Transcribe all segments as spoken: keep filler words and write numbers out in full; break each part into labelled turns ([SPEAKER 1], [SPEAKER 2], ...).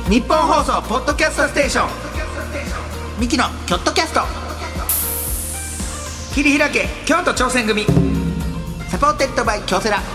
[SPEAKER 1] 日本放送ポッドキャストステーションミキのキョットキャスト。切り開け京都挑戦組サポーテッドバイ京セラ。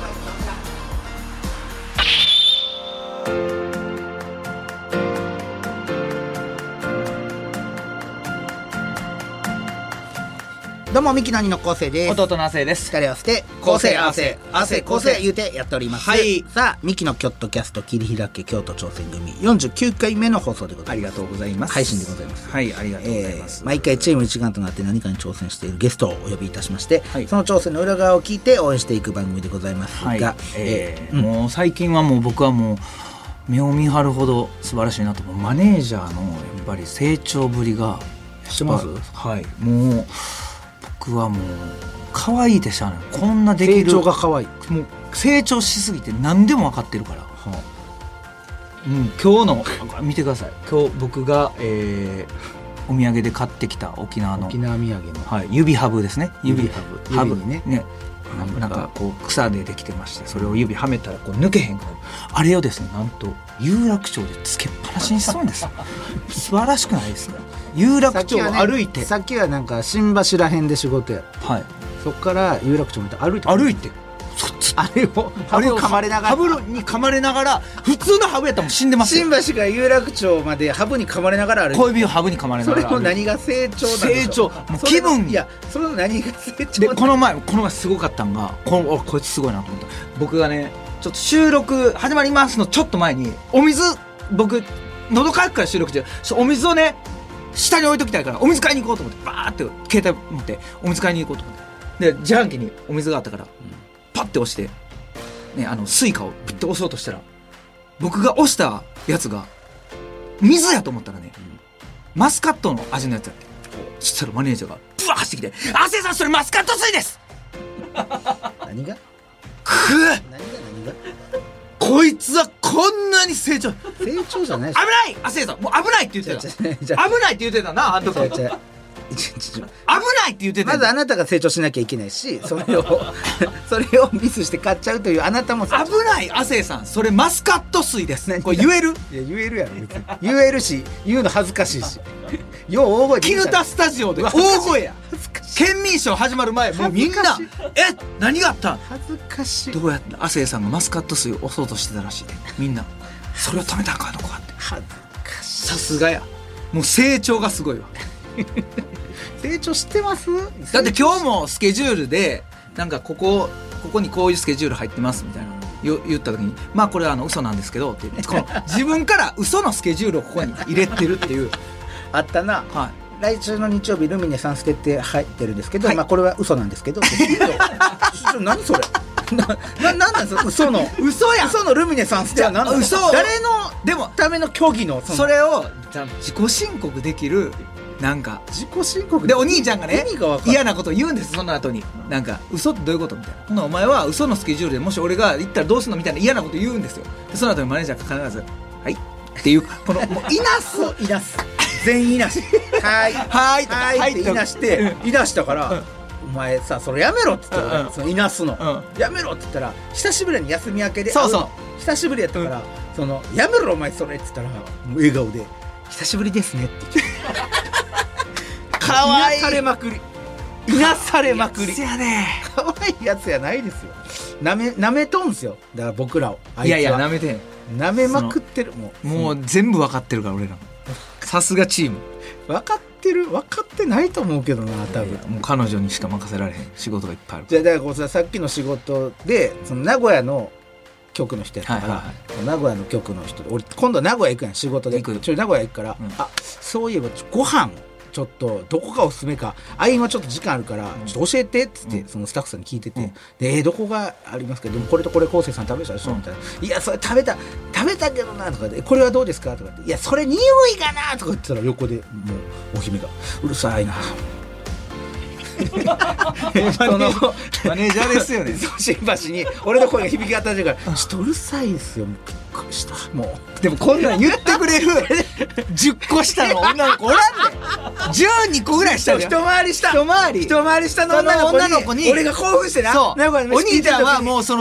[SPEAKER 1] どうもミキの兄の昴生です。
[SPEAKER 2] 弟の亜生です。
[SPEAKER 1] 二人合わせて昴生亜生亜生昴生言うてやっております。
[SPEAKER 2] はい。
[SPEAKER 1] さあミキのキョットキャスト切り開け京都挑戦組よんじゅうきゅうかいめの放送でございます。
[SPEAKER 2] ありがとうございます。
[SPEAKER 1] 配信でございます。
[SPEAKER 2] はい、ありがとうございます、
[SPEAKER 1] えー、毎回チーム一丸となって何かに挑戦しているゲストをお呼びいたしまして、はい、その挑戦の裏側を聞いて応援していく番組でございますが、はい、
[SPEAKER 2] えーうん、もう最近はもう僕はもう目を見張るほど素晴らしいなと思うマネージャーのやっぱり成長ぶりが
[SPEAKER 1] 知ってます？
[SPEAKER 2] はい。もう僕はもう可愛いでしゃあない。こんなできる
[SPEAKER 1] 成長が可愛い。
[SPEAKER 2] もう成長しすぎて何でも分かってるから、はあ、うん、今日の見てください。今日僕が、えー、お土産で買ってきた沖縄の
[SPEAKER 1] 沖縄土産の、
[SPEAKER 2] はい、指ハブですね。
[SPEAKER 1] 指ハブ
[SPEAKER 2] ハブにね、ねなんかこう草でできてまして、それを指はめたらこう抜けへんから、あれをですねなんと有楽町でつけっぱなしにしたんです。素晴らしくないですか？有楽町を歩いて、
[SPEAKER 1] さっきはなんか新橋らへんで仕事や、はい、そっから有楽町まで歩いて
[SPEAKER 2] 歩いて
[SPEAKER 1] そっちあれをハブ噛まれながら
[SPEAKER 2] ハブに噛まれながら普通のハブやったらもう死んでますよ。
[SPEAKER 1] 新橋から有楽町までハブに噛まれながら歩いて、
[SPEAKER 2] 小指をハブに噛まれながら
[SPEAKER 1] それの何が成長なんでしょう。
[SPEAKER 2] 成長もう気分
[SPEAKER 1] いやそれの何が成長
[SPEAKER 2] で、この前この前すごかったんが こ, のこいつすごいなと思った。僕がねちょっと収録始まりますのちょっと前にお水僕喉乾くから収録中お水をね下に置いときたいからお水買いに行こうと思ってバーって携帯持ってお水買いに行こうと思ってで自販機にお水があったから、うん、パッて押して、ね、あのスイカをピッて押そうとしたら僕が押したやつが水やと思ったらね、うん、マスカットの味のやつやって、そしたらマネージャーがブワーしてきて「亜生さんそれマスカット水です!」
[SPEAKER 1] 何が
[SPEAKER 2] くぅ何が
[SPEAKER 1] 何が
[SPEAKER 2] こいつはこんなに成長
[SPEAKER 1] 成長じゃない
[SPEAKER 2] し危ない亜生さんもう危ないって言ってた危ないって言ってたなあの時危ないって言ってた。
[SPEAKER 1] まずあなたが成長しなきゃいけないし、それをそれをミスして買っちゃうというあなたも
[SPEAKER 2] 危ない亜生さんそれマスカット水です。これ言える？
[SPEAKER 1] いや言えるやろ別に言えるし言うの恥ずかしいしよう大声で
[SPEAKER 2] キヌタスタジオで大声や県民賞始まる前もうみんなえ何があったん
[SPEAKER 1] 恥ずかしい。
[SPEAKER 2] どうやって亜生さんがマスカット水を押そうとしてたらしいみんなそれを止めたらあかんのかって
[SPEAKER 1] 恥ずかしい。
[SPEAKER 2] さすがやもう成長がすごいわ
[SPEAKER 1] 成長してます？
[SPEAKER 2] だって今日もスケジュールでなんかここここにこういうスケジュール入ってますみたいな言った時にまあこれはあの嘘なんですけどってこの自分から嘘のスケジュールをここに入れてるっていう
[SPEAKER 1] あったな、はい、来週の日曜日ルミネサンステって入ってるんですけど、はい、まあこれは嘘なんですけど何それな、な、なんなんですか嘘の
[SPEAKER 2] 嘘や
[SPEAKER 1] 嘘のルミネさんステは何なんですか？誰の
[SPEAKER 2] でも
[SPEAKER 1] ための虚偽の
[SPEAKER 2] そ, それを自己申告できるなんか
[SPEAKER 1] 自己申告
[SPEAKER 2] でお兄ちゃんがね
[SPEAKER 1] が
[SPEAKER 2] 嫌なこと言うんです。その後になんか嘘ってどういうことみたいな、ほなお前は嘘のスケジュールでもし俺が行ったらどうすんのみたいな嫌なこと言うんですよ。でその後にマネージャーが必ずはいっていうこのもういなす
[SPEAKER 1] いなす全員いなしはい
[SPEAKER 2] はい
[SPEAKER 1] はいっていなしていなしたから、うんお前さそれやめろって言ったら、うん、そのいなすの、うん、やめろって言ったら久しぶりに休み明けで
[SPEAKER 2] そうそう
[SPEAKER 1] 久しぶりやったから、うん、そのやめろお前それって言ったらもう笑顔で久しぶりですねって言ってかわいいいなされまくりいなされまくり
[SPEAKER 2] やね
[SPEAKER 1] かわいいやつやないですよ。なめなめとんすよだから僕らをあいつはい
[SPEAKER 2] やいやなめて
[SPEAKER 1] んなめまくってるも
[SPEAKER 2] うもう全部分かってるから俺らさすがチーム
[SPEAKER 1] 分かってる分かってないと思うけどな多分。
[SPEAKER 2] もう彼女にしか任せられへん仕事がいっぱいある。
[SPEAKER 1] じゃあだからこうささっきの仕事でその名古屋の局の人やったから、はいはいはい、名古屋の局の人で俺今度名古屋行くやん仕事でちょ名古屋行くから、うん、あそういえばご飯ちょっとどこがおすすめかあ今ちょっと時間あるからちょっと教えてっつって、うん、そのスタッフさんに聞いてて、うん、で、えー、どこがありますかでもこれとこれ昴生さん食べたでしょ、うん、みたいないやそれ食べた食べたけどなとかでこれはどうですかとかっていやそれ匂いがなとか言ってたら横でもうお姫がうるさいな
[SPEAKER 2] そのマネージャーですよね
[SPEAKER 1] 新橋に俺の声が響き渡ってるからちょっとうるさいですよびっくりしたも
[SPEAKER 2] うでもこんなん言ってくれるじゅっこ下の女の子おらんねんじゅうにこぐらい下よ
[SPEAKER 1] 一回り下
[SPEAKER 2] 一回り
[SPEAKER 1] 一回り下の女の子 に, 女の子に俺が興奮してな
[SPEAKER 2] そうお兄ちゃんはもうその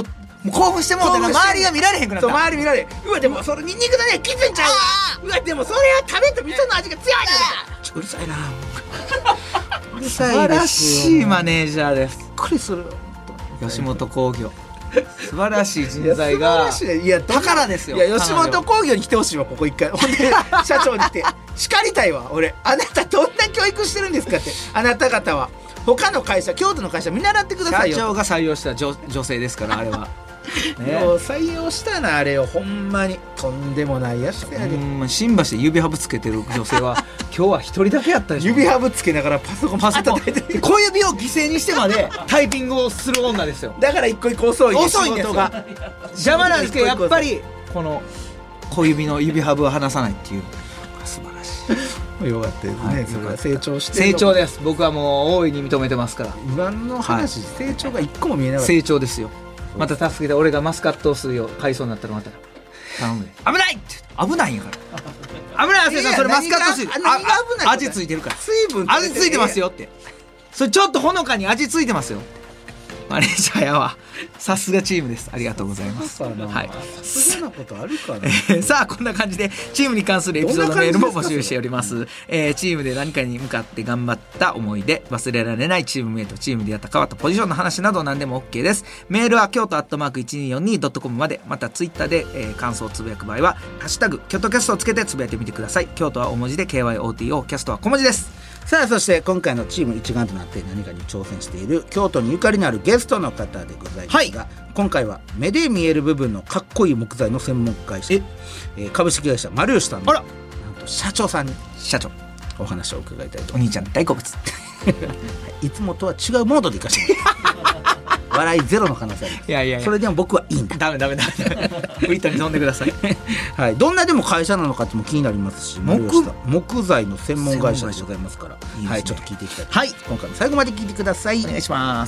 [SPEAKER 2] もう興奮してもうたら周りが見られへんくなった。
[SPEAKER 1] そう周り見られへん。うわでもそれニンニクだねきついんちゃうわ。うわでもそれは食べた味噌の味が強いじゃない。ちょうるさいなうるさいです。素晴らしい
[SPEAKER 2] マネージャーです。
[SPEAKER 1] びっくりする。
[SPEAKER 2] 吉本興業素晴らしい人材が
[SPEAKER 1] いや宝ですよ。いや吉本興業に来てほしいわここ一回。ほんで社長に来て叱りたいわ俺。あなたどんな教育してるんですかって。あなた方は他の会社京都の会社見習ってくださいよ。
[SPEAKER 2] 社長が採用した 女, 女性ですからあれは
[SPEAKER 1] ね、もう採用したなあれをほんまにとんでもないやつやで。
[SPEAKER 2] 新橋で指ハブつけてる女性は今日は一人だけやったでしょ。
[SPEAKER 1] 指ハブつけながらパソコンパソコン
[SPEAKER 2] 小指を犠牲にしてまでタイピングをする女ですよ。
[SPEAKER 1] だから一個一個遅い
[SPEAKER 2] 遅いんですよ。邪魔なんですけどやっぱりこの小指の指ハブを離さないっていう素晴らしい。
[SPEAKER 1] よかったですね、はい、それは成長して
[SPEAKER 2] 成長です。僕はもう大いに認めてますから。
[SPEAKER 1] 今の話、はい、成長が一個も見えなかった。
[SPEAKER 2] 成長ですよ。また助けて俺がマスカット水を買いそうになったらまた頼むで。危ないって危ないんやから危ない。亜生さんそれマスカット水
[SPEAKER 1] 何が危ない。
[SPEAKER 2] 味ついてるから
[SPEAKER 1] 水分
[SPEAKER 2] 味ついてますよって。それちょっとほのかに味ついてますよ。マネージャーやわ。さすがチームです。ありがとうございます。はい。
[SPEAKER 1] そんなことあるかな、え
[SPEAKER 2] ー、さあこんな感じでチームに関するエピソードメールも募集しております。えー、チームで何かに向かって頑張った思い出、忘れられないチームメイト、チームでやった変わったポジションの話など何でも OK です。メールは京都アットマーク いちにーよんにードットコム まで。またツイッターで、えー、感想をつぶやく場合はハッシュタグ京都キャストをつけてつぶやいてみてください。京都は大文字で ケーワイオーティーオー、 キャストは小文字です。
[SPEAKER 1] さあそして今回のチーム一丸となって何かに挑戦している京都にゆかりのあるゲストの方でございますが、はい、今回は目で見える部分のかっこいい木材の専門会社、えー、株式会社丸吉さんのなんと社長さんに
[SPEAKER 2] 社長
[SPEAKER 1] お話を伺いたいと。
[SPEAKER 2] お兄ちゃん大好物
[SPEAKER 1] いつもとは違うモードでいかしてる笑いゼロの可能性あります。いやいやいやそれでも僕はいいんだ。
[SPEAKER 2] ダメダメダメフリットに飛んでください
[SPEAKER 1] はい、どんなでも会社なのかっても気になりますし、木, 木材の専門会社でございますから、いい、ね、はい、ちょっと聞いていきたいと思います。はい、今回も最後まで聞いてください。
[SPEAKER 2] お願いします。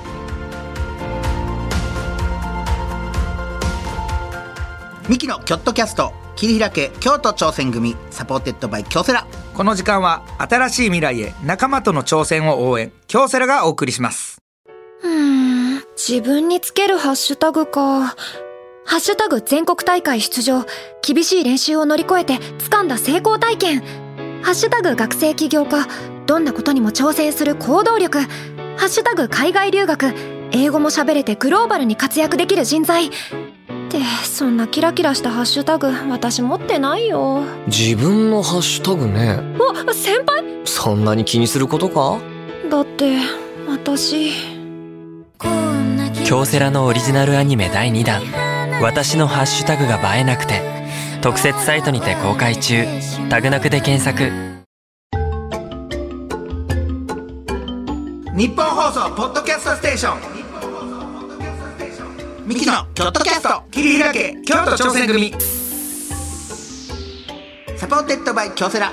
[SPEAKER 1] ミキのキョットキャスト切り開け京都挑戦組サポーテッドバイ京セラ。
[SPEAKER 2] この時間は新しい未来へ仲間との挑戦を応援、京セラがお送りします。
[SPEAKER 3] うーん、自分につけるハッシュタグか。ハッシュタグ全国大会出場、厳しい練習を乗り越えて掴んだ成功体験。ハッシュタグ学生起業家、どんなことにも挑戦する行動力。ハッシュタグ海外留学、英語も喋れてグローバルに活躍できる人材。ってそんなキラキラしたハッシュタグ私持ってないよ。
[SPEAKER 4] 自分のハッシュタグね。
[SPEAKER 3] あ、先輩？
[SPEAKER 4] そんなに気にすることか？
[SPEAKER 3] だって私
[SPEAKER 4] 京セラのオリジナルアニメだいにだん、私のハッシュタグが映えなくて特設サイトにて公開中。タグなくで検索。
[SPEAKER 1] 日本放送ポッドキャストステーションミキの京都キャスト切り開け京都挑戦組サポーテッドバイ京セラ。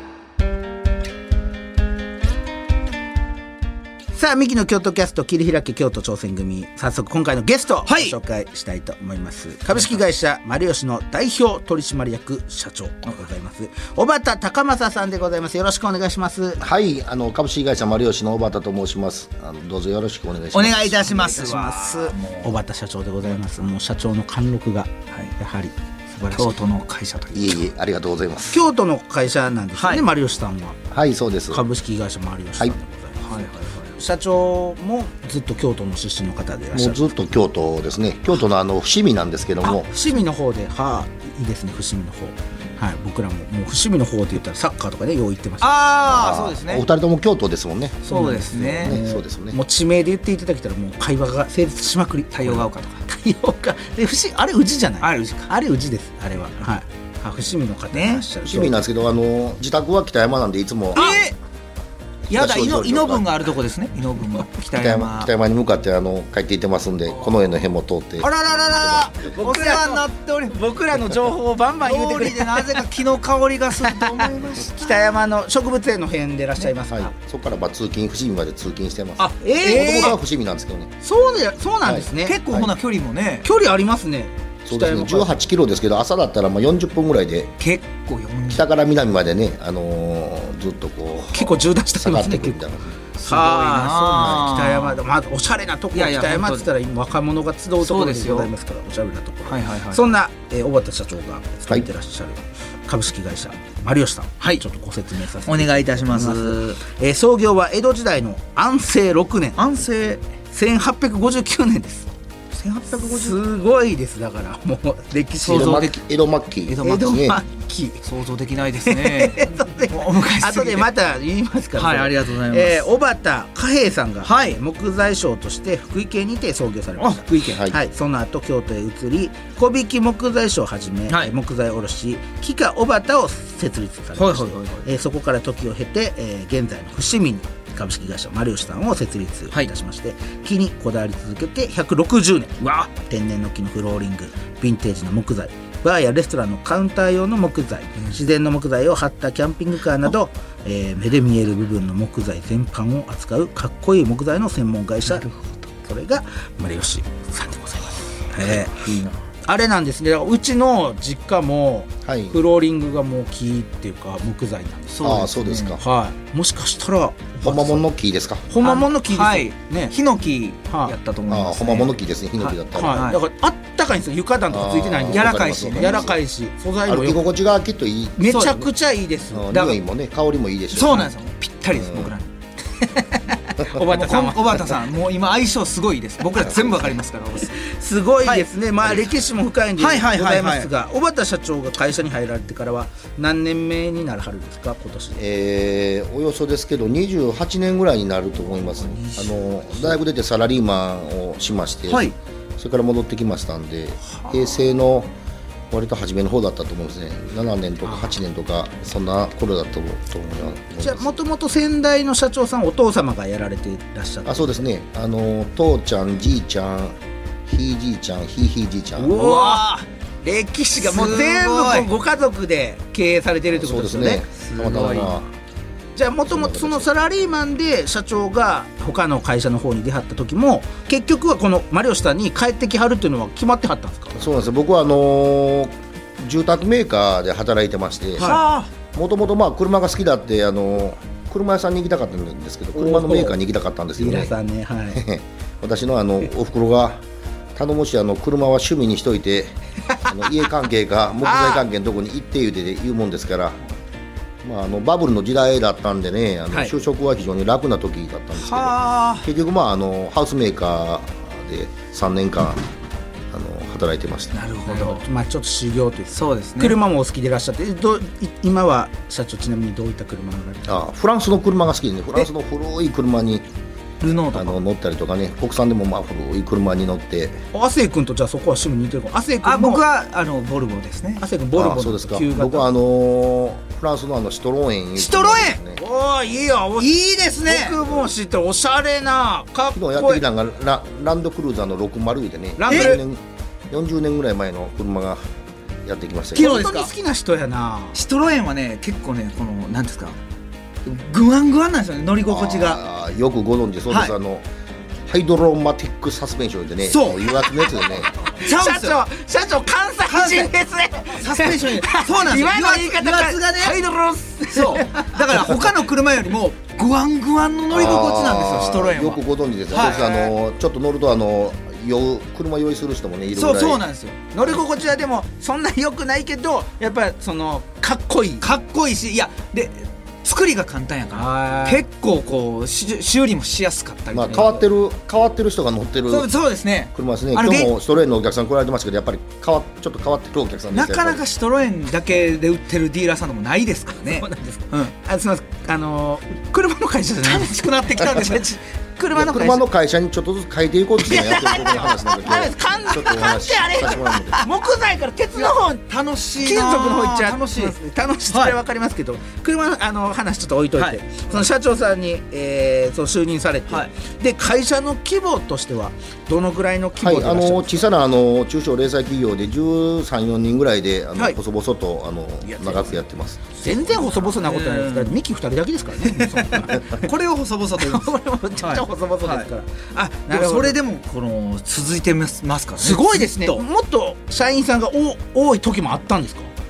[SPEAKER 1] さあミキの京都キャスト切り開け京都挑戦組、早速今回のゲストをご紹介したいと思います、はい、株式会社丸吉の代表取締役社長でございます小畑高正さんでございます。よろしくお願いします。
[SPEAKER 5] はい、あの株式会社丸吉の小畑と申します。あのどうぞよろしくお願いします。
[SPEAKER 2] お願いいたします。
[SPEAKER 1] 小畑社長でございます。もう社長の貫禄が、はい、やはり
[SPEAKER 2] 京都の会社という。
[SPEAKER 5] いえいえ、ありがとうございます。
[SPEAKER 1] 京都の会社なんですよね、はい、丸吉さんは。
[SPEAKER 5] はい、そうです。
[SPEAKER 1] 株式会社丸吉さんでございます、はいはいはいはい。社長もずっと京都の出身の方でいらっしゃる。
[SPEAKER 5] もうずっと京都ですね。京都のあの伏見なんですけども。
[SPEAKER 1] 伏見の方で、はあ、いいですね、伏見の方。はい、僕らももう伏見の方って言ったらサッカーとかね、よう言ってました。
[SPEAKER 2] ああ、そうですね。
[SPEAKER 5] お二人とも京都ですもんね。
[SPEAKER 2] そうですね。
[SPEAKER 5] ね、そうですね。
[SPEAKER 1] もう地名で言っていただけたらもう会話が成立しまくり。
[SPEAKER 2] 太陽が丘とか。
[SPEAKER 1] 太陽がで伏あれ宇治じゃない。
[SPEAKER 2] あれ宇治か。
[SPEAKER 1] あれ宇治です。あれは。はい。伏見の方いらっしゃる。
[SPEAKER 5] 伏見なんですけど、あの自宅は北山なんでいつも。
[SPEAKER 2] えーやだ、井の分があるとこですね。井の分が北山
[SPEAKER 5] 北山に向かってあの帰っていってますんで、この絵の辺も通って。
[SPEAKER 2] あらららら、お世話になっており、
[SPEAKER 1] 僕らの情報をバンバン言うてくれて、
[SPEAKER 2] なぜか木の香りがすると思いました。
[SPEAKER 1] 北山の植物園の辺でいらっしゃいますか、ね、はい、
[SPEAKER 5] そこからまあ通勤、伏見まで通勤してます。
[SPEAKER 1] あ、ええー、
[SPEAKER 5] もともとは伏見なんですけどね。
[SPEAKER 1] そうで、そうなんですね、
[SPEAKER 2] はい、結構ほな距離もね、はい、
[SPEAKER 1] 距離ありますね。
[SPEAKER 5] そうですね、じゅうはちキロですけど、朝だったらまあよんじゅっぷんぐらいで、
[SPEAKER 2] 結構よんじゅっぷん、
[SPEAKER 5] 北から南までね、あのー、ずっとこう
[SPEAKER 1] 結構縦断してますね。
[SPEAKER 5] 下がってくるみたいな。
[SPEAKER 2] すごいな
[SPEAKER 1] あそうなんです。北山、まあ、おしゃれなところ、
[SPEAKER 2] いやいや
[SPEAKER 1] 北山って言ったら今若者が集うところでございますから、おしゃれなところ、
[SPEAKER 2] はいはいはい、
[SPEAKER 1] そんな、えー、小畑社長が作ってらっしゃる株式会社マリヨシさん、はい、ちょっとご説明させていただきます。
[SPEAKER 2] お願いいたします。
[SPEAKER 1] えー、創業は江戸時代の安政ろくねん、
[SPEAKER 2] 安政
[SPEAKER 1] せんはっぴゃくごじゅうきゅうねんです。
[SPEAKER 2] せんはっぴゃくごじゅう
[SPEAKER 1] すごいです。だからもう歴史
[SPEAKER 2] 想像でき
[SPEAKER 5] 江戸末期
[SPEAKER 2] 江戸
[SPEAKER 1] 江戸末
[SPEAKER 2] 期
[SPEAKER 1] 期
[SPEAKER 2] 想像できないですねもう昔すぎて
[SPEAKER 1] 後でまた言いますから、
[SPEAKER 2] はい、ありがとうございます。
[SPEAKER 1] えー、小畑貨幣さんが、
[SPEAKER 2] はい、
[SPEAKER 1] 木材商として福井県にて創業されました。
[SPEAKER 2] 福井県、
[SPEAKER 1] はいはい、その後京都へ移り小引木材商をはじめ、はい、木材卸木家小畑を設立されまして、はいはいはいはい、えー、そこから時を経て、えー、現在の伏見に株式会社マリヨシさんを設立いたしまして、はい、木にこだわり続けてひゃくろくじゅうねん、わ天然の木のフローリング、ヴィンテージの木材、バーやレストランのカウンター用の木材、うん、自然の木材を張ったキャンピングカーなど、えー、目で見える部分の木材全般を扱うかっこいい木材の専門会社、なるほど、それがマリヨシさんでございます。えー、いいな。あれなんですね、うちの実家もフローリングがもう木っていうか木材なんです。
[SPEAKER 5] ああ、そうですか。
[SPEAKER 1] はい。もしかしたら
[SPEAKER 5] ほんまもんの木ですか。
[SPEAKER 1] ほんまもんの木ですよ、
[SPEAKER 2] はい
[SPEAKER 1] ね。
[SPEAKER 2] ヒノキやったと思います、
[SPEAKER 5] ね。ああ、ほんまもんの木ですね。ヒノキだったら。
[SPEAKER 1] はいはい、だからあったかいんですよ。床暖とかついてないんですよ。
[SPEAKER 2] 柔らかいし、ね、
[SPEAKER 1] 柔らかいし、素材も
[SPEAKER 5] 歩き心地がきっといい。
[SPEAKER 1] めちゃくちゃいいです。
[SPEAKER 5] 匂いもね、香りもいいでしょう。
[SPEAKER 2] そうなんですよ。ぴったりです、僕らに。小畑さん、小畑さん、もう今相性すごいいいです。僕ら全部わかりますから。
[SPEAKER 1] すごいですね。はい、まあ歴史も深いんでございますが、小畑社長が会社に入られてからは何年目になるはるんですか、今年。
[SPEAKER 5] えー、およそですけどにじゅうはちねんぐらいになると思います。あの大学出てサラリーマンをしまして、はい、それから戻ってきましたんで、平成の割と初めの方だったと思うんですね。ななねんとかはちねんとかそんな頃だったと思います。
[SPEAKER 1] じゃあもともと先代の社長さん、お父様がやられていらっしゃった。
[SPEAKER 5] あ、そうですね。あの父ちゃん、じいちゃん、ひいじいちゃん、ひいひいじいちゃん。
[SPEAKER 1] うわ歴史がもう全部ご家族で経営されているってことですよね。
[SPEAKER 5] そうですね。たまたま。
[SPEAKER 1] じゃあもともとそのサラリーマンで社長が他の会社の方に出はった時も結局はこのマリヨシさんに帰ってきはるっていうのは決まってはったんですか。
[SPEAKER 5] そうなんですよ。僕はあのー、住宅メーカーで働いてまして、もともとまあ車が好きだって、あのー、車屋さんに行きたかったんですけど、車のメーカーに行きたかったんですよね。
[SPEAKER 1] 皆さんね、はい、
[SPEAKER 5] 私のあのおふくろが頼もしい、あの車は趣味にしといてあの家関係か木材関係のとこに行って言うて言うもんですから、まあ、あのバブルの時代だったんでね、あの就職は非常に楽な時だったんですけど、はい、結局、まあ、あのハウスメーカーでさんねんかんあの働いてました。
[SPEAKER 1] なるほど、まあ、ちょっと修行というか。
[SPEAKER 2] そうですね。
[SPEAKER 1] 車もお好きでいらっしゃって、ど今は社長ちなみにどういった車が乗られて。
[SPEAKER 5] あ、フランスの車が好きでね、フランスの古い車に
[SPEAKER 2] ルノーとか
[SPEAKER 5] あの乗ったりとかね、国産でもまあ古い車に乗って。
[SPEAKER 1] 亜生君とじゃあそこは趣味似てるか。亜生君も。
[SPEAKER 2] あ、僕はあのボルボですね。
[SPEAKER 1] 亜生君ボルボの。
[SPEAKER 5] あ、そうですか。僕はあのー、フランスのあのシトローエン、
[SPEAKER 2] シトロエン、
[SPEAKER 5] ね、
[SPEAKER 1] おー、いいよ、
[SPEAKER 2] いいですね。
[SPEAKER 1] 僕も知ってる、おしゃれなかっこいい。
[SPEAKER 5] 昨日やってきたのが ラ, ランドクルーザーのろくじゅうでね、ランドよんじゅうねんぐらい前の車がやってきましたけど。
[SPEAKER 1] 本当に好きな人やな。
[SPEAKER 2] シトロエンはね、結構ね、このなんですか、グワングワンなんですよね、乗り心地が。
[SPEAKER 5] あ、よくご存知。そうです、はい、あのハイドロマティックサスペンションでね、そう油圧のやつでね
[SPEAKER 1] 社長、社長関西人ですね。
[SPEAKER 2] サスペンション、そうなんですよ。
[SPEAKER 1] 今の言い方が
[SPEAKER 2] 油圧がね、
[SPEAKER 1] ハイドロ
[SPEAKER 2] そうだから他の車よりもグワングワンの乗り心地なんですよ、シトロエンは。
[SPEAKER 5] よくご存知です。はい、あのちょっと乗るとあの酔車酔いする人もねいるぐらい。
[SPEAKER 2] そうそうなんですよ。
[SPEAKER 1] 乗り心地はでもそんな良くないけど、やっぱりそのかっこいい
[SPEAKER 2] かっこいいし、いやで作りが簡単やから結構こう修理もしやすかったり、
[SPEAKER 5] まあ、変わってる変わってる人が乗ってる。
[SPEAKER 2] そうそうですね。
[SPEAKER 5] 車ですね。今日もシトロエンのお客さん来られてましたけど、やっぱり変わちょっと変わってるお客さんです。
[SPEAKER 2] なかなかシトロエンだけで売ってるディーラーさんでもないですからね。
[SPEAKER 1] そうなんですか。うん、あ、すみません、あのー、車の会社じゃない。
[SPEAKER 2] 楽しくなってきたんですよ。
[SPEAKER 1] 車の会社
[SPEAKER 5] 車の会社にちょっとずつ変えていこうっていうのをやってるところの話なんで、今日ちょっとお話しさせてもらうので。
[SPEAKER 1] 木材から鉄の方、
[SPEAKER 2] 楽しい
[SPEAKER 1] 金属の方行っちゃう。
[SPEAKER 2] 楽しい
[SPEAKER 1] 楽しい、それは分かりますけど、はい、車のあの話ちょっと置いといて、はい、その社長さんに、えー、その就任されて、はい、で会社の規模としてはどのぐらいの規模でいらっしゃるんですか。
[SPEAKER 5] はい、あの小さなあの中小零細企業でじゅうさん、よにんぐらいであの、はい、細々とあの長くやってます。
[SPEAKER 1] 全然細々なことないですから、ミキふたりだけですからね。
[SPEAKER 2] これを細々と言います。
[SPEAKER 1] これもめちゃくちゃ細々ですから、はい、
[SPEAKER 2] あ、でもそれでもこの続いてますからね。
[SPEAKER 1] すごいですね。もっと社員さんがお多い時もあったんですか。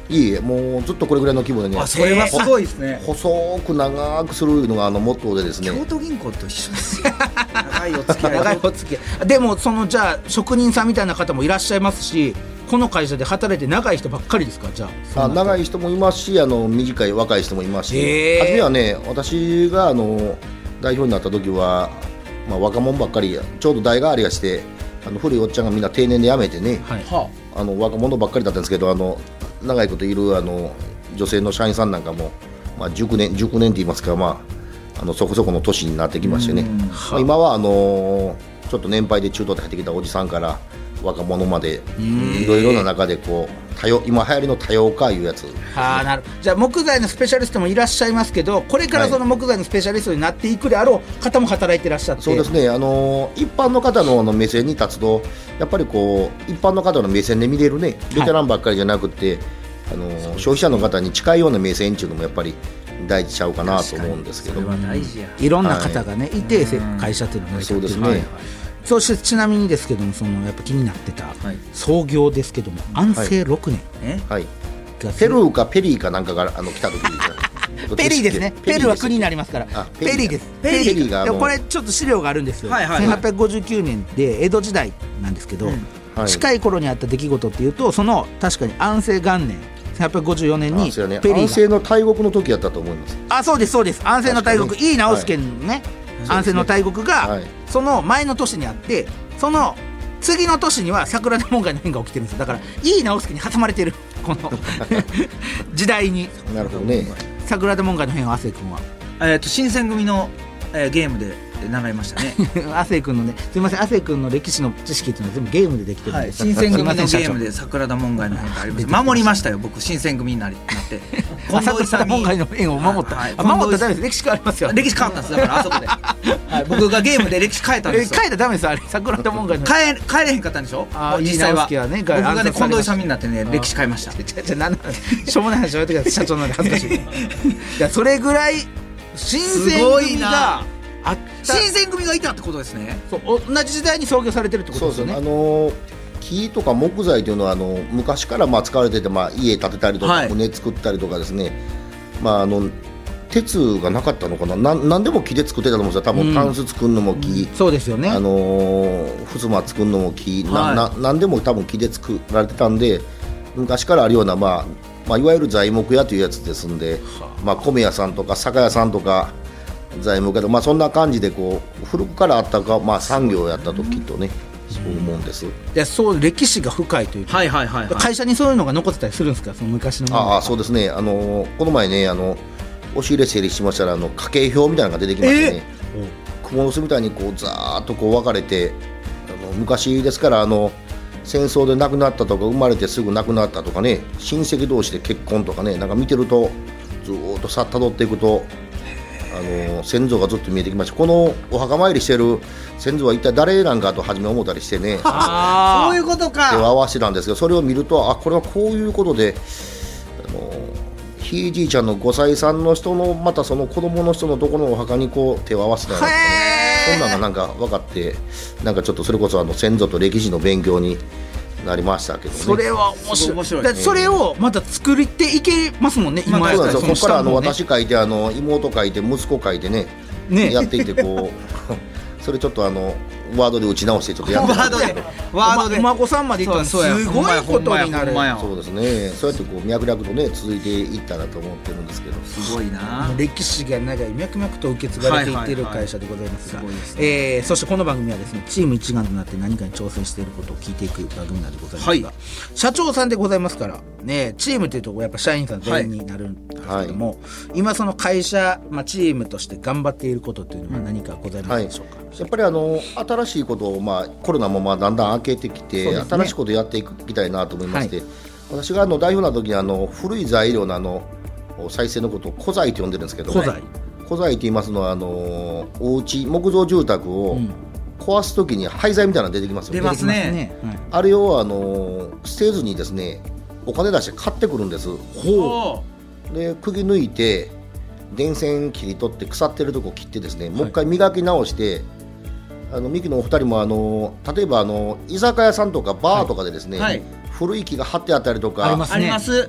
[SPEAKER 5] いいえ、もうずっとこれぐらいの規模でね。
[SPEAKER 2] あ、それはすごいですね。
[SPEAKER 5] 細く長くするのがあのモットーでですね。
[SPEAKER 2] 京都銀行と一緒ですよ。長いお付き合い。
[SPEAKER 1] 長いお付き合い。でもそのじゃあ職人さんみたいな方もいらっしゃいますし、この会社で働いて長い人ばっかりですか？じゃあ。
[SPEAKER 5] あ、長い人もいますし、あの短い若い人もいますし、
[SPEAKER 1] へー。
[SPEAKER 5] 初めはね、私があの代表になった時は、まあ、若者ばっかり、ちょうど代替わりがして、あの古いおっちゃんがみんな定年で辞めてね、
[SPEAKER 1] はい、
[SPEAKER 5] あの若者ばっかりだったんですけど、あの長いこといるあの女性の社員さんなんかも、まあ、熟年熟年って言いますか、まあ、あのそこそこの年になってきましてね、まあ、今はあのちょっと年配で中途で入ってきたおじさんから若者までいろいろな中でこう多様、今流行りの多様化いうやつ、
[SPEAKER 1] はあ、なる。じゃあ木材のスペシャリストもいらっしゃいますけど、これからその木材のスペシャリストになっていくであろう方も働いてらっしゃって、
[SPEAKER 5] そうですね、あの一般の方のあの目線に立つと、やっぱりこう一般の方の目線で見れるね、ベテランばっかりじゃなくて、はい、あの消費者の方に近いような目線っていうのもやっぱり大事ちゃうかなと思うんですけど、
[SPEAKER 2] それは大事や。
[SPEAKER 1] いろんな方がね、はい、いて会社っていうのが
[SPEAKER 5] そうですね、はい、
[SPEAKER 1] そしてちなみにですけども、そのやっぱ気になってた創業ですけども、安政ろくねん、
[SPEAKER 5] はいはい、ペルーかペリーかなんかがあの来た時
[SPEAKER 1] ペリーですね。ペルーは国になりますから。ペリーです。ペリーがこれちょっと資料があるんですよ、はいはいはい、せんはっぴゃくごじゅうきゅうねんで江戸時代なんですけど、うんはい、近い頃にあった出来事っていうと、その確かに安政元年せんはっぴゃくごじゅうよねんにペリーが、
[SPEAKER 5] 安政の大国の時やったと思います。
[SPEAKER 1] あ、そうですそうです。安政の大国、井伊直弼のね、はい、安政の大国が、はい、その前の年にあって、その次の年には桜田門外の変が起きてるんですよ。だから井伊直弼に挟まれてるこの時代に。
[SPEAKER 5] なるほどね。
[SPEAKER 1] 桜田門外の変は亜生君は、
[SPEAKER 2] えー、と新選組の、えー、ゲームで習いましたね。
[SPEAKER 1] 亜生君のね、すみません、亜生君の歴史の知識っていうのは全部ゲームでできてるんで、
[SPEAKER 2] はい、新選組のゲームで桜田門外の変がありました。守りましたよ、僕新選組になりなって
[SPEAKER 1] 桜田門外の変を守った、はいはい、守ったらダメです。歴史変わりますよ。
[SPEAKER 2] 歴史変わったんです。だからあそこで、はい、僕がゲームで歴史変えたんですよ。
[SPEAKER 1] 変えたらダメです。あれ桜田門外の
[SPEAKER 2] 変え変えれへんかったんでしょ。あ、実際は、ね、僕がね近藤勇になってね歴史変えました。
[SPEAKER 1] じゃあしょうもない話をやってください。社長なんで恥ずかしい。いや、それぐらい新選組があった、
[SPEAKER 2] 新選組がいたってことですね。
[SPEAKER 1] そう同じ時代に創業されてるってことですよね。
[SPEAKER 5] そうそう、あのー、木とか木材というのはあの昔からまあ使われてて、まあ、家建てたりとか、はい、船作ったりとかですね、まあ、あの鉄がなかったのかな、な何でも木で作ってたと思うんですよ。多分タンス作るのも木、
[SPEAKER 1] うん、そうですよね、
[SPEAKER 5] あのー、ふすま作るのも木、はい、なな何でも多分木で作られてたんで、昔からあるような、まあまあ、いわゆる材木屋というやつですんで、まあ、米屋さんとか酒屋さんとか材木屋とか、まあ、そんな感じでこう古くからあったか、まあ、産業をやったときっとね、そう思うんです。い
[SPEAKER 1] や、そう歴史が深いというか、
[SPEAKER 2] はいはいはいはい、
[SPEAKER 1] 会社にそういうのが残ってたりするんですか、その昔のもの。
[SPEAKER 5] ああ、そうですね、あのこの前ね、あの押し入れ整理しましたら、あの家計表みたいなのが出てきましてね、えー、クモの巣みたいにこうざーっとこう分かれて、あの昔ですから、あの戦争で亡くなったとか生まれてすぐ亡くなったとかね、親戚同士で結婚とかね、なんか見てるとずーっとさたどっていくと、あの先祖がずっと見えてきました。このお墓参りしてる先祖は一体誰なんかと初め思ったりしてね
[SPEAKER 2] あそういうことか、
[SPEAKER 5] 手を合わせてたんですけど、それを見ると、あ、これはこういうことで、あのひいじいちゃんのごさいさんの人のまたその子供の人のところのお墓にこう手を合わせたんですかね。そんなのがなんか分かって、なんかちょっとそれこそあの先祖と歴史の勉強になりましたけどね。
[SPEAKER 1] それは面白い。面白い、だそれをまた作っていけますもんね。今
[SPEAKER 5] やったらそこからあの私書いて、あの妹書いて息子書いてね、ねやっていってこうそれちょっとあのワードで打ち直してちょっとやって
[SPEAKER 2] ワードでワードでお
[SPEAKER 1] 孫さんまでいったらすごいことになる。
[SPEAKER 5] そうですね。そうやってこう脈々とね続いていったらと思ってるんですけど、
[SPEAKER 2] すごいな。
[SPEAKER 1] 歴史が長い、脈々と受け継がれていっている会社でございますが、えー、そしてこの番組はですね、チーム一丸となって何かに挑戦していることを聞いていく番組なんでございますが、はい、社長さんでございますからね、チームというとやっぱ社員さん全員になるんですけども、はい、今その会社、まあ、チームとして頑張っていることというのは何かございますでしょうか。
[SPEAKER 5] はい、やっぱりあの新しいことを、まあ、コロナもまあだんだん明けてきて、ね、新しいことをやっていきたいなと思いまして、はい、私があの代表の時にあの古い材料のあの再生のことを古材と呼んでるんですけど、
[SPEAKER 1] 古材
[SPEAKER 5] 古材と言いますのはあのお家木造住宅を壊す時に廃材みたいなの出てきますよね。
[SPEAKER 2] 出ますね。
[SPEAKER 5] あれをあの捨てずにですね、お金出して買ってくるんです。
[SPEAKER 2] ほ
[SPEAKER 5] うで釘抜いて電線切り取って腐ってるとこ切ってですね、もう一回磨き直して、あのミキのお二人もあの例えばあの居酒屋さんとかバーとかでですね、はいはい、古い木が張ってあったりとか
[SPEAKER 2] ありますね。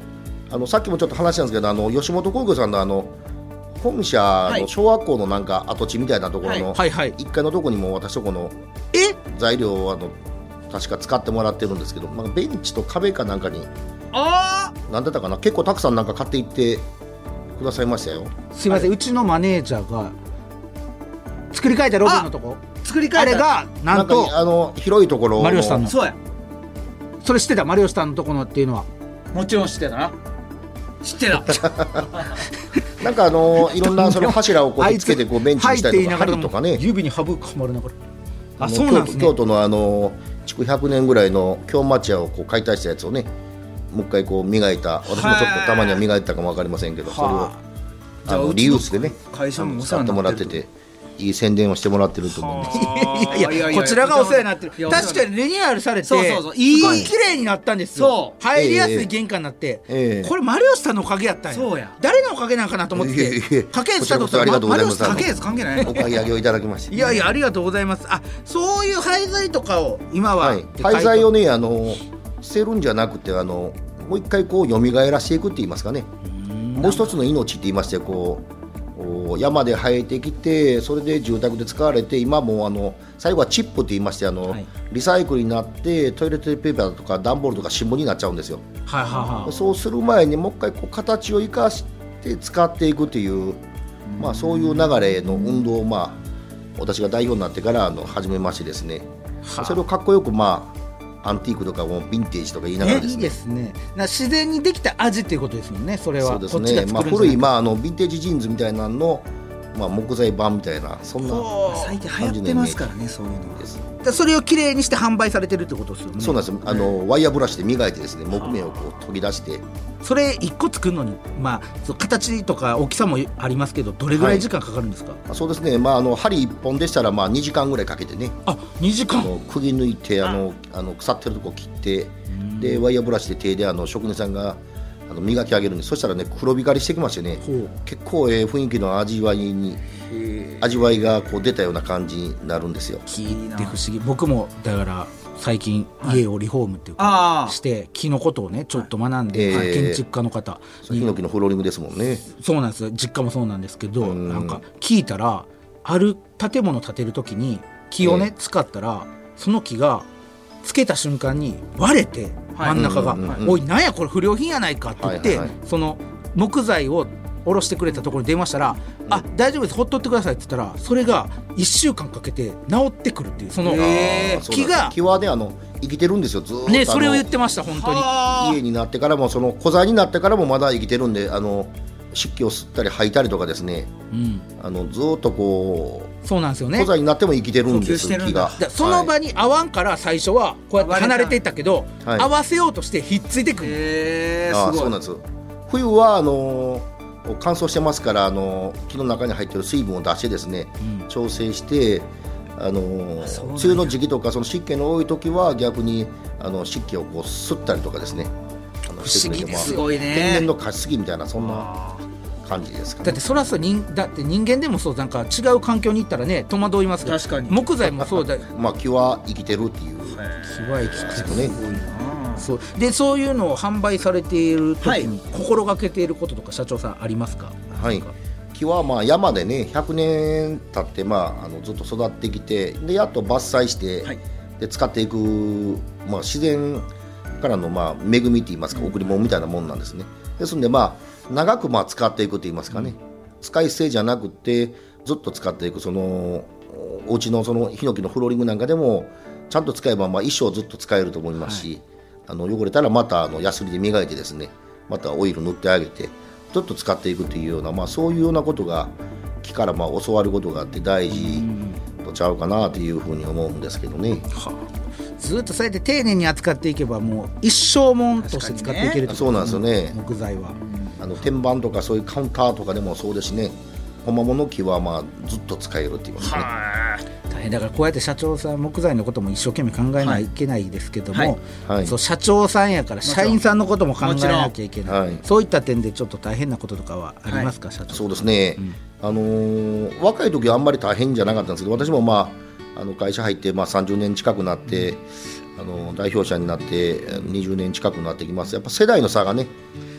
[SPEAKER 5] あのさっきもちょっと話したんですけど、あの吉本興業さんのあの本社の小学校のなんか跡地みたいなところのいっかいのところにも私とこの材料をあの確か使ってもらってるんですけど、まあ、ベンチと壁かなんかにあなんだったかな、結構たくさんなんか買っていってくださいましたよ。
[SPEAKER 1] すいません、はい、うちのマネージャーが作り変えたロビーのとこ
[SPEAKER 2] 作り変えた
[SPEAKER 1] あれがなんと
[SPEAKER 5] なんかあの広いところの
[SPEAKER 1] マリオさんの
[SPEAKER 2] そうや
[SPEAKER 1] それ知ってたマリオさんのところっていうのは
[SPEAKER 2] もちろん知ってたな知ってた
[SPEAKER 5] なんかあのいろんなその柱をこうつけてこうベンチにしたりとか針とかね、
[SPEAKER 1] 指にハブかまれながら
[SPEAKER 5] あそうなんですね、京都のあの築ひゃくねんぐらいの京町屋をこう解体したやつをねもう一回こう磨いた、私もちょっとたまには磨いたかも分かりませんけど、それをあのリユースでね
[SPEAKER 2] 会社も
[SPEAKER 5] 使ってもらってていい宣伝をしてもらってると思います。
[SPEAKER 1] いやいやこちらがお世話になってる。確かにリニューアルされてそうそうそうすごい綺麗になったんですよ。入りやすい玄関になって、えー、これマリオスさんのおかげやったんや。そうや誰のおかげなんかなと思ってかけずさんと
[SPEAKER 5] ありがとうございます。
[SPEAKER 2] かけず関係ない
[SPEAKER 5] お買い上げをいただきまして
[SPEAKER 1] いやいやありがとうございます。あそういう廃材とかを今は、はい、
[SPEAKER 5] 廃材をねあの捨てるんじゃなくてあのもう一回こう蘇らせていくって言いますかね、もう一つの命って言いましてこう山で生えてきてそれで住宅で使われて今もあの最後はチップと言いましてあの、はい、リサイクルになってトイレットペーパーとか段ボールとか新聞になっちゃうんですよ、はいはいはい、そうする前にもう一回こう形を生かして使っていくという、まあ、そういう流れの運動を、まあ、私が代表になってからあの始めましてですね、はあ、それをかっこよくまあアンティークとかもヴィンテージとか言いながらですね、
[SPEAKER 1] いいですね。な自然にできた味っていうことですもんね。それは
[SPEAKER 5] そうですね、まあ、古い、まあ、あのヴィンテージジーンズみたいなの、まあ、木材版みたいなそんな
[SPEAKER 2] 最近流行ってますからねそういうのです。
[SPEAKER 1] それをきれいにして販売されてるってことですよね。
[SPEAKER 5] そうなんです。あのワイヤーブラシで磨いてですね木目をこう研ぎ出して
[SPEAKER 1] それいっこ作るのに、まあ、そ形とか大きさもありますけどどれぐらい時間かかるんですか。
[SPEAKER 5] はい、そうですね、まあ、あの針いっぽんでしたらまあにじかんぐらいかけてね
[SPEAKER 1] あにじかん
[SPEAKER 5] あの釘抜いてあのあの腐ってるとこ切ってでワイヤーブラシで手であの職人さんがあの磨き上げるんでそしたらね黒光りしてきましてね結構ええ雰囲気の味わいに味わいがこう出たような感じになるんですよ。
[SPEAKER 1] 聞いて不思議。僕もだから最近家をリフォームっていうかして木のことをねちょっと学んで、はい、建築家の方
[SPEAKER 5] ヒノキのフローリングですもんね。
[SPEAKER 1] そうなんですよ。実家もそうなんですけどなんか聞いたらある建物建てるときに木をね、えー、使ったらその木がつけた瞬間に割れて真ん中が、はいうんうんうん、おいなんやこれ不良品やないかって言って、はいはいはい、その木材を下ろしてくれたところに電話したら、うん、あ大丈夫ですほっとってくださいって言ったらそれがいっしゅうかんかけて治ってくるっていうその木が
[SPEAKER 5] 木はねあの生きてるんですよずっと
[SPEAKER 1] ねそれを言ってました本当に。
[SPEAKER 5] 家になってからもその古材になってからもまだ生きてるんであの湿気を吸ったり吐いたりとかですね、うん、あのずっとこう
[SPEAKER 1] そうなんですよね
[SPEAKER 5] 古材になっても生きてるんです木が。
[SPEAKER 1] その場に合わんから最初はこうやって離れていったけど、はい、合わせようとしてひっついてくる。
[SPEAKER 5] へーすごい。あそうなんです。冬はあの乾燥してますからあの木の中に入っている水分を出してですね、うん、調整してあの梅雨の時期とかその湿気の多い時は逆にあの湿気をこう吸ったりとかですね
[SPEAKER 1] あの不思議ですごいね
[SPEAKER 5] 天然の加湿器みたいなそんな感じですかね。
[SPEAKER 1] だってそらそう人だって人間でもそうなんか違う環境に行ったらね戸惑いますけど確かに木材もそうだ
[SPEAKER 5] まあ木は生きてるっていう
[SPEAKER 1] 木は生きてるねそうでそういうのを販売されている時に心がけていることとか社長さんありますか。
[SPEAKER 5] はい木はまあ山でねひゃくねん経って、まあ、あのずっと育ってきてでやっと伐採して、はい、で使っていく、まあ、自然からのまあ恵みといいますか贈り物みたいなもんなんですね。ですのでまあ長くまあ使っていくといいますかね、うん、使い捨てじゃなくてずっと使っていくそのお家のそのヒノキのフローリングなんかでもちゃんと使えばまあ一生ずっと使えると思いますし、はい、あの汚れたらまたあのヤスリで磨いてですねまたオイル塗ってあげてちょっと使っていくというような、まあ、そういうようなことが木からまあ教わることがあって大事とちゃうかなというふうに思うんですけどね。は
[SPEAKER 1] あ、ずっとそうやって丁寧に扱っていけばもう一生もんとして使っていけると、ね、
[SPEAKER 5] そうなんですよね。
[SPEAKER 1] 木材は
[SPEAKER 5] あの天板とかそういうカウンターとかでもそうですしね小物の木はまあずっと使えるって言いますね。
[SPEAKER 1] 大変だからこうやって社長さん木材のことも一生懸命考えないといけないですけども、はいはい、そう社長さんやから社員さんのことも考えなきゃいけない、はい、そういった点でちょっと大変なこととかはありますか、はい、社長。
[SPEAKER 5] そうですね、うんあのー、若い時はあんまり大変じゃなかったんですけど私も、まあ、あの会社入ってまあさんじゅうねん近くなって、うん、あの代表者になってにじゅうねん近くなってきます。やっぱ世代の差がね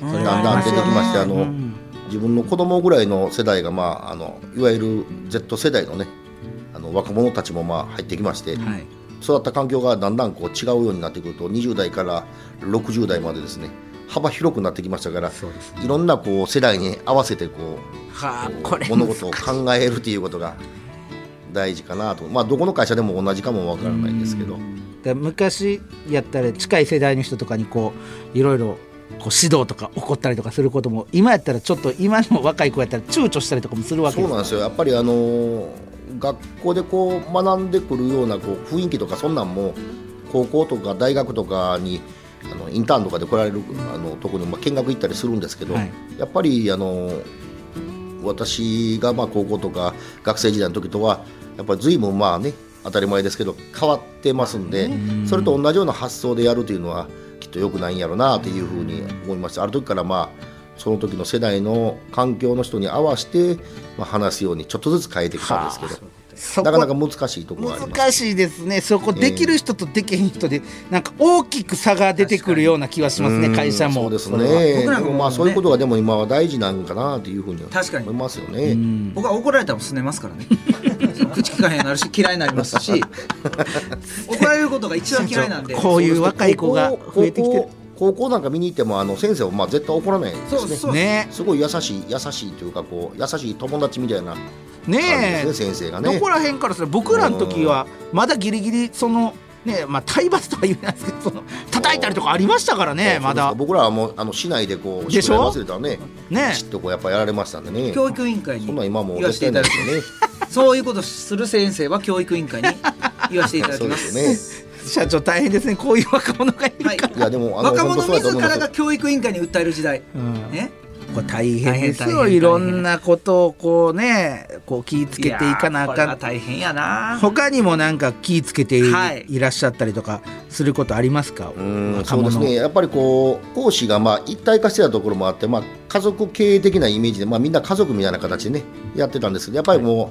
[SPEAKER 1] それ
[SPEAKER 5] だんだん出てきまして、あの、
[SPEAKER 1] うん、
[SPEAKER 5] 自分の子供ぐらいの世代が、まあ、あのいわゆる Z 世代のねあの若者たちもまあ入ってきまして、はい、育った環境がだんだんこう違うようになってくるとにじゅう代からろくじゅう代までですね幅広くなってきましたから、そうですね、いろんなこう世代に合わせてこう、はあ、これ物事を考えるということが大事かなと、まあ、どこの会社でも同じかもわからないんですけど、
[SPEAKER 1] で昔やったら近い世代の人とかにこういろいろこう指導とか怒ったりとかすることも今やったらちょっと今の若い子やったら躊躇したりとかもするわけです。
[SPEAKER 5] そうなんですよ。やっぱりあのー、学校でこう学んでくるようなこう雰囲気とかそんなんも高校とか大学とかにあのインターンとかで来られるあのところにまあ見学行ったりするんですけど、はい、やっぱりあの私がまあ高校とか学生時代の時とはやっぱり随分まあね当たり前ですけど変わってますんで、それと同じような発想でやるというのはきっと良くないんやろうなというふうに思いました。ある時からまあその時の世代の環境の人に合わせてまあ話すようにちょっとずつ変えてきたんですけど、なかなか難しいところがあります。
[SPEAKER 1] 難しいですね。そこできる人とできへん人でなんか大きく差が出てくるような気はしますね。会社も
[SPEAKER 5] そうですね。僕らもまあそういうことがでも今は大事なんかなというふうに思いますよね。
[SPEAKER 2] 僕は怒られたらすねますからね口聞かへんようになるし嫌いになりますし怒られることが一番嫌いなんで
[SPEAKER 1] こういう若い子が増えてきてる。
[SPEAKER 5] 高校なんか見に行ってもあの先生はまあ絶対怒らないですね。
[SPEAKER 1] そうそうね。
[SPEAKER 5] すごい優しい優しいというかこう優しい友達みたいな感じ
[SPEAKER 1] ね
[SPEAKER 5] ですね、先生がね。
[SPEAKER 1] どこら辺からする僕らの時はまだギリギリそのね、まあ体罰とは言えないですけど、その叩いたりとかありましたからね。まだ
[SPEAKER 5] 僕らはもうあの市内でこう宿題忘れたらね、
[SPEAKER 1] ね
[SPEAKER 5] ちょっとこうやっぱやられましたんでね。
[SPEAKER 2] 教育委員会に
[SPEAKER 5] そんな今も絶対ないですよね。
[SPEAKER 2] そういうことする先生は教育委員会に言わせていただきます。
[SPEAKER 5] そうですよね。
[SPEAKER 1] 社長大変ですね。こういう若者がいるから、
[SPEAKER 2] はい、いやでもあの若者自らが教育委員会に訴える時代、うん、ね。
[SPEAKER 1] これ大変ですよ。いろんなことをこうねこう気ぃつけていかなあかん。これ
[SPEAKER 2] は大変やな。
[SPEAKER 1] 他にもなんか気ぃつけて い,、はい、いらっしゃったりとかすることありますか？
[SPEAKER 5] うん、そうですね。やっぱりこう講師がまあ一体化してたところもあって、まあ、家族経営的なイメージで、まあ、みんな家族みたいな形でねやってたんですけど、やっぱりもう、はい、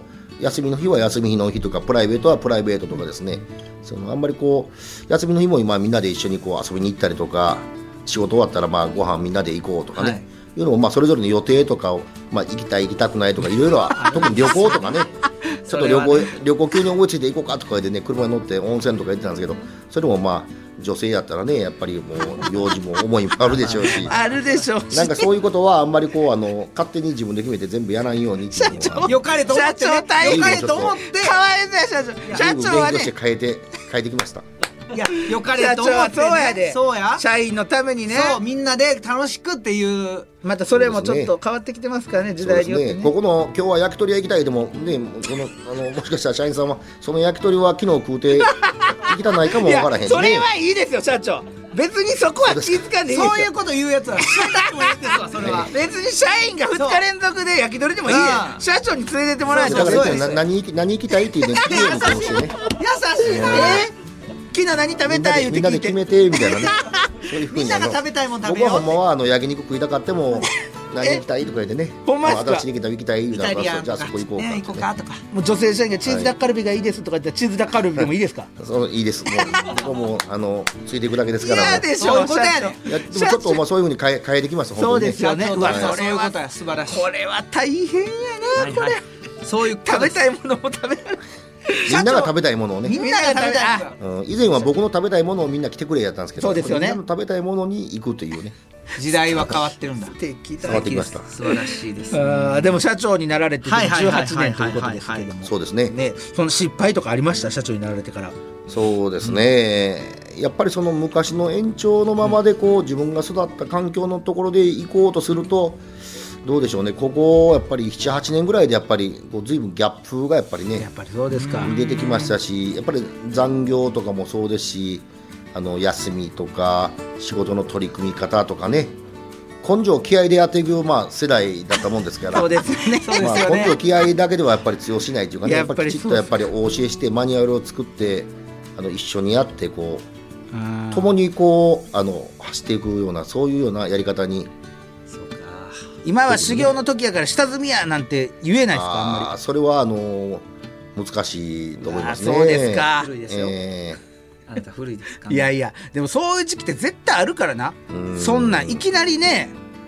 [SPEAKER 5] 休みの日は休みの日とかプライベートはプライベートとかですね、そのあんまりこう休みの日も今みんなで一緒にこう遊びに行ったりとか、仕事終わったらまあご飯みんなで行こうとかね、はい、いうのもまあそれぞれの予定とかを、まあ、行きたい行きたくないとかいろいろ特に旅行とかねちょっと旅行、ね、旅行急に思いついて行こうかとかでね車に乗って温泉とか行ってたんですけど、それもまあ女性やったらねやっぱりもう用事も思いもあるでしょうし
[SPEAKER 1] あるでしょうし、
[SPEAKER 5] なんかそういうことはあんまりこうあの勝手に自分で決めて全部やらんようにっていうのは
[SPEAKER 2] よかれと思って、ね、
[SPEAKER 1] 社長大変と思ってかわいそう社長社長はね
[SPEAKER 5] 勉強して変えて変えてきました。
[SPEAKER 2] いやよかれと思って、ね、
[SPEAKER 1] そうやで
[SPEAKER 2] そうや
[SPEAKER 1] 社員のためにね、
[SPEAKER 2] そうみんなで楽しくっていう
[SPEAKER 1] またそれもちょっと変わってきてますからね、時代によってね。
[SPEAKER 5] ねここの今日は焼き鳥屋行きたいでもね、このあのもしかしたら社員さんはその焼き鳥は昨日食うて行きたないかもわからへんしね。
[SPEAKER 1] それはいいですよ社長、別にそこは気づかんでいいですよ。
[SPEAKER 2] そういうこと言うやつは知らなくもいいですわそれは
[SPEAKER 1] 別に社員がふつか連続で焼き鳥でもいいやん、社長に連れてってもらえたら
[SPEAKER 5] そうです。何行き何行きたいっていうね聞いてるかもしれない。
[SPEAKER 2] 優しいな。
[SPEAKER 1] え昨日何食べたい言うて聞いて
[SPEAKER 5] みんなで決めてみたいなねそういうふうに
[SPEAKER 2] みんなが食べたいもん食べよう。
[SPEAKER 5] 僕はほんまはあの焼肉食いたかっても何行きたいとか言ってね、
[SPEAKER 1] ほんまですか。
[SPEAKER 5] 私に行きたい言うたらじゃあそこ行こうか、
[SPEAKER 2] ね、行こうかとか。
[SPEAKER 1] もう女性社員がチーズダッカルビがいいですとか言ったらチーズダッカルビでもいいですか？
[SPEAKER 5] そういいです。もう僕もあのついていくだけですから。
[SPEAKER 1] 嫌でしょ。
[SPEAKER 2] そういうことやね。
[SPEAKER 5] いやでもちょっとまあそういうふうに変え変えてきます。
[SPEAKER 1] そうですよね。
[SPEAKER 2] うわそういうことや素晴らしい。
[SPEAKER 1] これは大変やなこれ。
[SPEAKER 2] そういう
[SPEAKER 1] 食べたいものも食べられる。
[SPEAKER 5] みんなが食べたいものをね。
[SPEAKER 2] みんなが食べたい。
[SPEAKER 5] うん、以前は僕の食べたいものをみんな来てくれやったんですけど、
[SPEAKER 1] そうですよね。
[SPEAKER 5] みんなの食べたいものに行くというね。
[SPEAKER 2] 時代は変わってるんだ。
[SPEAKER 5] 変わってきました。
[SPEAKER 2] 素晴らしいです、
[SPEAKER 1] ね。あでも社長になられてじゅうはちねんということですけども。
[SPEAKER 5] そうですね。
[SPEAKER 1] ね、その失敗とかありました？社長になられてから。
[SPEAKER 5] そうですね。うん、やっぱりその昔の延長のままでこう自分が育った環境のところで行こうとすると。どうでしょうね、ここやっぱりななはちねんぐらいでやっぱりこう随分ギャップがやっぱりね
[SPEAKER 1] やっぱりそうですか
[SPEAKER 5] 出てきましたし、やっぱり残業とかもそうですし、あの休みとか仕事の取り組み方とかね、根性気合でやっていく、まあ、世代だったもんですから
[SPEAKER 1] そうですね、
[SPEAKER 5] まあ、根性気合だけではやっぱり通用しないというかね、やっぱりきちっとやっぱりお教えしてマニュアルを作ってあの一緒にやってこう共にこうあの走っていくようなそういうようなやり方に。
[SPEAKER 1] 今は修行の時やから下積みやなんて言えないですか？あんまり
[SPEAKER 5] それはあの難しいと思いますね。
[SPEAKER 1] そうですか。
[SPEAKER 2] 古いですよ、えー、あなた古いですか、ね、
[SPEAKER 1] いやいやでもそういう時期って絶対あるからな。んそんないきなりね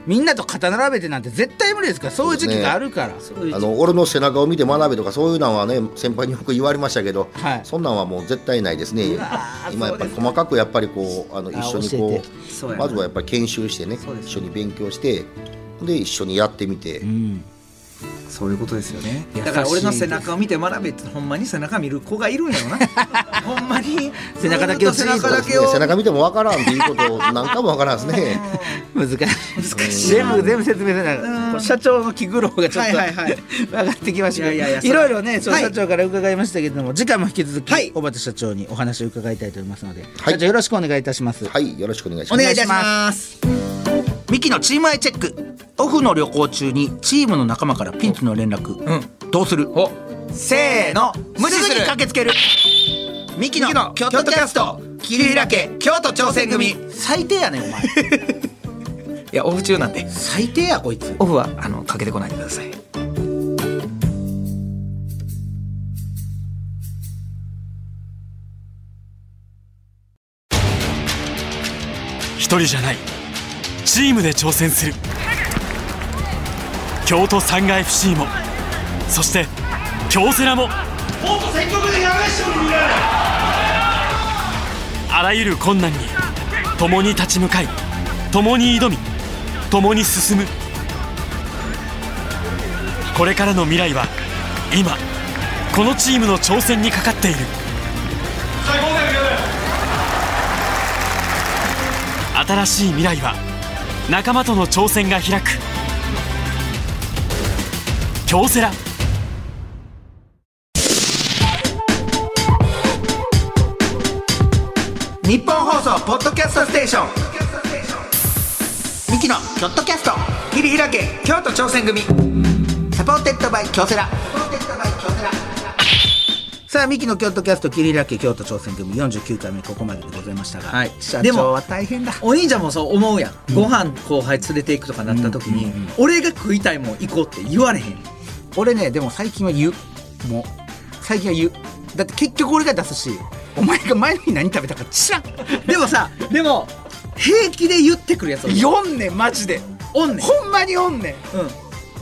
[SPEAKER 1] みんなと肩並べてなんて絶対無理ですから。そういう時期があるから、
[SPEAKER 5] ね、あの俺の背中を見て学べとかそういうのはね先輩によく言われましたけど、はい、そんなんはもう絶対ないですね。今やっぱり細かくやっぱりこうあの一緒にこうまずはやっぱり研修してね、一緒に勉強してで一緒にやってみて、うん、
[SPEAKER 2] そういうことですよね。だから俺の背中を見て学べってほんまに背中見る子がいるんやろなほんまに
[SPEAKER 1] 背中だけを
[SPEAKER 5] 背中だけを背中見ても分からんっていうことを何回も分からんですね
[SPEAKER 1] 難しい難しい全部全部説明せな社長の気苦労がちょっと、はいはいはい、分かってきましたけど、いやいやいやいろいろね社長から伺いましたけれども、はい、次回も引き続き、はい、小畑社長にお話を伺いたいと思いますので、はい、社長よろしくお願いいたします。
[SPEAKER 5] はい、よろしくお願いします。
[SPEAKER 2] お願いいたします。
[SPEAKER 1] ミキのチームアイチェック。オフの旅行中にチームの仲間からピンチの連絡、うん、どうする？お
[SPEAKER 2] せーの無視する。
[SPEAKER 1] すぐに駆けつける。ミキの京都キャスト桐平家京都挑戦組。最低やねんお前
[SPEAKER 2] いやオフ中なんで
[SPEAKER 1] 最低やこいつ。
[SPEAKER 2] オフはあのかけてこないでください。
[SPEAKER 6] 一人じゃない、チームで挑戦する京都サンガ エフシー も、そして京セラももっと積極的なアグレッションになる。あらゆる困難に共に立ち向かい、共に挑み、共に進む。これからの未来は今このチームの挑戦にかかっている。新しい未来は仲間との挑戦が開く。京セラ。
[SPEAKER 1] 日本放送ポッドキャストステーションミキのキョットキャスト桐平家京都挑戦組サポーテッドバイ京セラ。さあミキの京都キャスト桐平家京都挑戦組よんじゅうきゅうかいめここまででございましたが、はい、社長は大変だ。
[SPEAKER 2] お兄ちゃんもそう思うやん、うん、ご飯後輩連れて行くとかなった時に、うんうんうん、俺が食いたいもん行こうって言われへん。
[SPEAKER 1] 俺ねでも最近は言う。もう最近は言う。だって結局俺が出すし、お前が前の日何食べたか知らん
[SPEAKER 2] でもさでも平気で言ってくるやつ
[SPEAKER 1] おんねんマジで
[SPEAKER 2] おんねん
[SPEAKER 1] ほんまにおんねん、うん、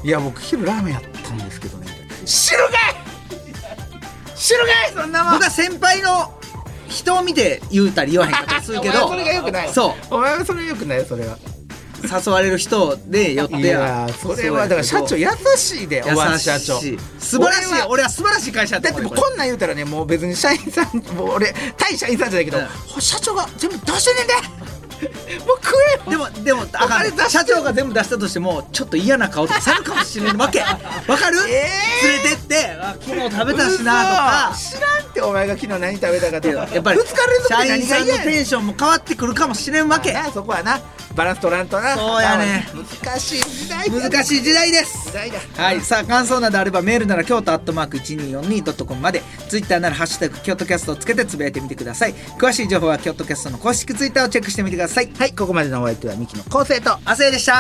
[SPEAKER 1] いや僕昼ラーメンやったんですけどね知るかい知るかいそんなもん。
[SPEAKER 2] 僕は先輩の人を見て言うたり言わへんかったりするけど
[SPEAKER 1] お前はそれがよくない。
[SPEAKER 2] そう
[SPEAKER 1] お前はそれがよくないよ。それは
[SPEAKER 2] 誘われる人で寄って
[SPEAKER 1] いやそれはだから社長優しいで。
[SPEAKER 2] 優しい社長素晴らしい。俺は、俺は素晴らしい会社やった。
[SPEAKER 1] だってもうこんなん言うたらねもう別に社員さんもう俺対社員さんじゃないけど、うん、社長が全部出してねんでもう食えよ。
[SPEAKER 2] でもでもあかん社長が全部出したとしてもちょっと嫌な顔とかされるかもしれんわけわかる、えー、連れてって昨日食べたしなとか。
[SPEAKER 1] 知らんってお前が昨日何食べたかとか。
[SPEAKER 2] やっぱりふつか連続で何が嫌や。社員さんのテンションも変わってくるかもしれんわけ。
[SPEAKER 1] そこはなバランス取らんとな。
[SPEAKER 2] そうやね。
[SPEAKER 1] 難しい時代
[SPEAKER 2] 難しい時代です。
[SPEAKER 1] 時代だ。
[SPEAKER 2] はい。さあ感想などあればメールなら京都アットマーク いちにーよんにードットコム まで、ツイッターならハッシュタグ京都キャストをつけてつぶやいてみてください。詳しい情報は京都キャストの公式ツイッターをチェックしてみてください。
[SPEAKER 1] はい。ここまでのお相手はミキの昴生と
[SPEAKER 2] 亜生でした。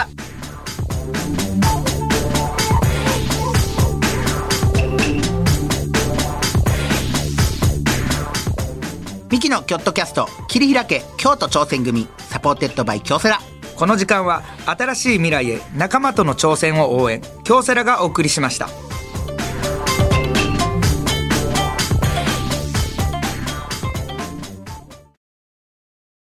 [SPEAKER 1] ミキのキョットキャスト桐平家京都挑戦組サポーテッドバイ京セラ。
[SPEAKER 2] この時間は新しい未来へ仲間との挑戦を応援京セラがお送りしました。